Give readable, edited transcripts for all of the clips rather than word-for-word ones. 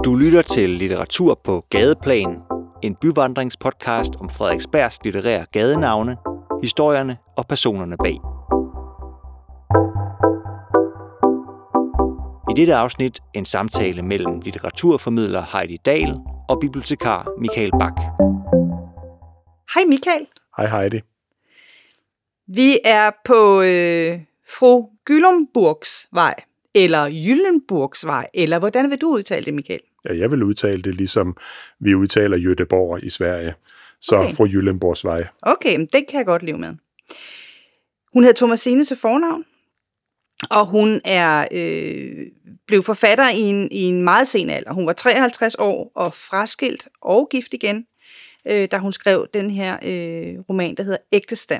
Du lytter til Litteratur på Gadeplan, en byvandringspodcast om Frederiksbergs litterære gadenavne, historierne og personerne bag. I dette afsnit en samtale mellem litteraturformidler Heidi Dahl og bibliotekar Michael Bak. Hej Michael. Hej Heidi. Vi er på fru Gyllenborgs vej, eller Gyllenborgs vej, eller hvordan vil du udtale det, Michael? Ja, jeg vil udtale det, ligesom vi udtaler Göteborg i Sverige. Så okay. Fru Gyllenborgs vej. Okay, men det kan jeg godt leve med. Hun hedder Thomasine til fornavn, og hun er blev forfatter i en meget sen alder. Hun var 53 år og fraskilt og gift igen, da hun skrev den her roman, der hedder Ægtestand.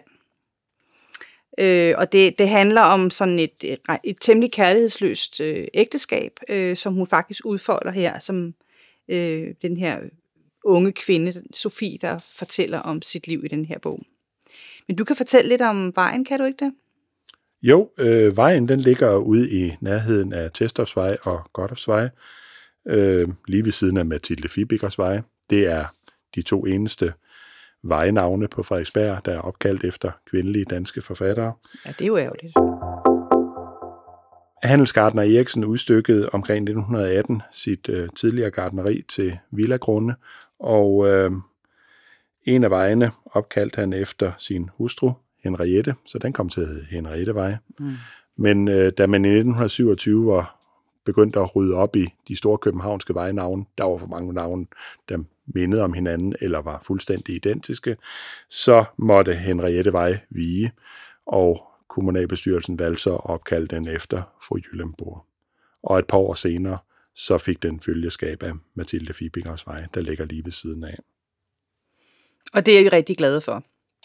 Og det handler om sådan et temmelig kærlighedsløst ægteskab, som hun faktisk udfolder her, som den her unge kvinde, Sofie, der fortæller om sit liv i den her bog. Men du kan fortælle lidt om vejen, kan du ikke det? Jo, vejen den ligger ude i nærheden af Tesdorfsvej og Godthåbsvej, lige ved siden af Mathilde Fibiggers vej. Det er de to eneste vejnavne på Frederiksberg, der er opkaldt efter kvindelige danske forfattere. Ja, det er jo ærgerligt. Handelsgartner Eriksen udstykkede omkring 1918 sit tidligere gartneri til villagrunde, og en af vejene opkaldte han efter sin hustru, Henriette, så den kom til at hedde Henriettevej. Men da man i 1927 var begyndt at rydde op i de store københavnske vejnavne, der var for mange navne, der mindede om hinanden eller var fuldstændig identiske, så måtte Henriettevej vige, og kommunalbestyrelsen valgte så at opkalde den efter fru Gyllenborg. Og et par år senere, så fik den følgeskab af Mathilde Fibiggers vej, der ligger lige ved siden af. Og det er jeg rigtig glad for.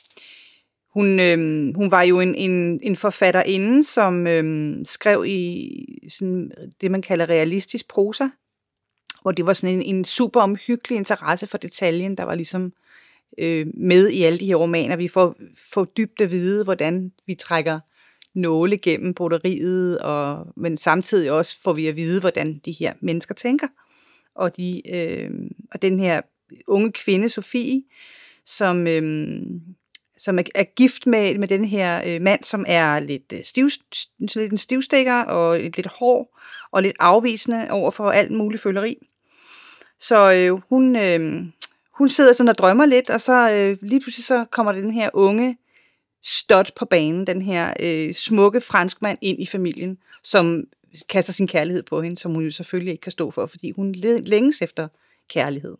Hun var jo en forfatterinde, som skrev i sådan det, man kalder realistisk prosa, hvor det var sådan en super omhyggelig interesse for detaljen, der var ligesom med i alle de her romaner. Vi får dybt at vide, hvordan vi trækker nåle gennem broderiet, men samtidig også får vi at vide, hvordan de her mennesker tænker. Og den her unge kvinde, Sofie, som er gift med den her mand, som er lidt en stivstikker og lidt hård og lidt afvisende over for alt muligt føleri. Så hun sidder sådan og drømmer lidt, og så lige pludselig så kommer den her unge stot på banen, den her smukke franskmand ind i familien, som kaster sin kærlighed på hende, som hun jo selvfølgelig ikke kan stå for, fordi hun længes efter kærlighed.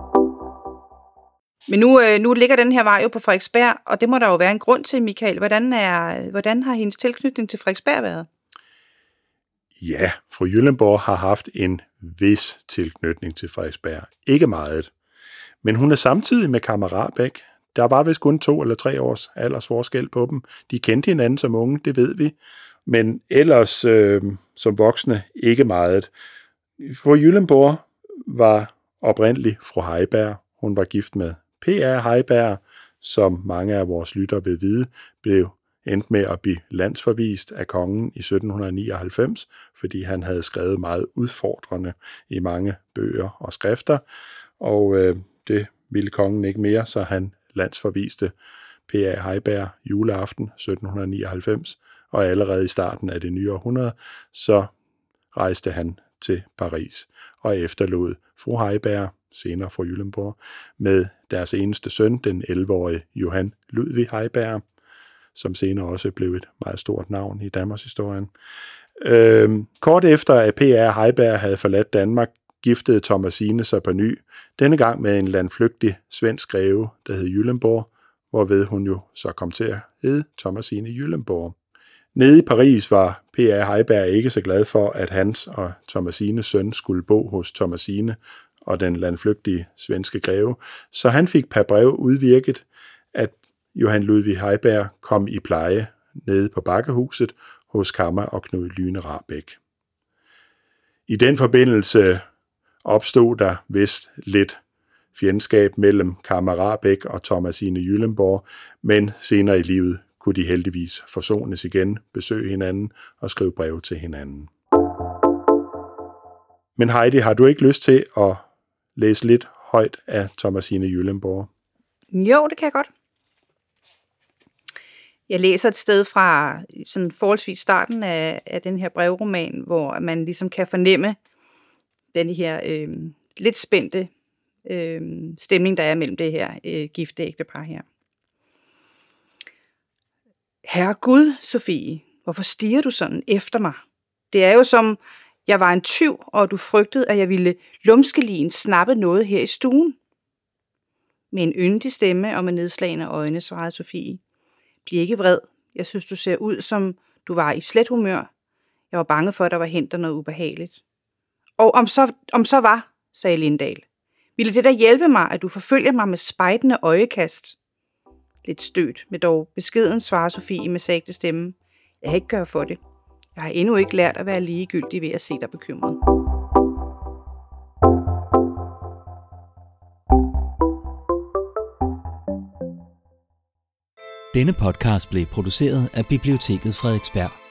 Men nu ligger den her vej jo på Frederiksberg, og det må der jo være en grund til, Michael. Hvordan har hendes tilknytning til Frederiksberg været? Ja, fru Gyllenborg har haft en vis tilknytning til Frederiksberg. Ikke meget. Men hun er samtidig med Kammerat Bæk. Der var vist kun 2 eller 3 års aldersforskel på dem. De kendte hinanden som unge, det ved vi. Men ellers som voksne ikke meget. Fru Gyllenborg var oprindelig fru Heiberg. Hun var gift med P.R. Heiberg, som mange af vores lyttere vil vide, blev endt med at blive landsforvist af kongen i 1799, fordi han havde skrevet meget udfordrende i mange bøger og skrifter, og det ville kongen ikke mere, så han landsforviste P.R. Heiberg juleaften 1799, og allerede i starten af det nye århundrede, så rejste han til Paris og efterlod fru Heiberg, senere fru Gyllenborg, med deres eneste søn, den 11-årige Johan Ludvig Heiberg, som senere også blev et meget stort navn i Danmarks historien. Kort efter, at P.R. Heiberg havde forladt Danmark, giftede Thomasine sig på ny, denne gang med en landflygtig svensk greve, der hed Gyllenborg, hvorved hun jo så kom til at hedde Thomasine Gyllenborg. Nede i Paris var P.R. Heiberg ikke så glad for, at hans og Thomasines søn skulle bo hos Thomasine og den landflygtige svenske greve, så han fik per brev udvirket, at Johan Ludvig Heiberg kom i pleje nede på Bakkehuset hos Kammer og Knud Lyne Rahbek. I den forbindelse opstod der vist lidt fjendskab mellem Kammer Rahbek og Thomasine Gyllenborg, men senere i livet kunne de heldigvis forsones igen, besøge hinanden og skrive breve til hinanden. Men Heidi, har du ikke lyst til at læse lidt højt af Thomasine Gyllenborg? Jo, det kan jeg godt. Jeg læser et sted fra sådan forholdsvis starten af den her brevroman, hvor man ligesom kan fornemme den her lidt spændte stemning, der er mellem det her gifte ægtepar her. Herre Gud, Sofie, hvorfor stiger du sådan efter mig? Det er jo som, jeg var en tyv, og du frygtede, at jeg ville lumskelien snappe noget her i stuen. Med en yndig stemme og med nedslagende øjne, svarede Sofie. Bliv ikke vred. Jeg synes, du ser ud, som du var i slet humør. Jeg var bange for, at der var hent noget ubehageligt. Og om så var, sagde Lindahl. Ville det da hjælpe mig, at du forfølger mig med spejdende øjekast? Lidt stødt, med dog beskeden, svarer Sofie med sagte stemme. Jeg kan ikke gøre for det. Jeg har endnu ikke lært at være ligegyldig ved at se dig bekymret. Denne podcast blev produceret af Biblioteket Frederiksberg.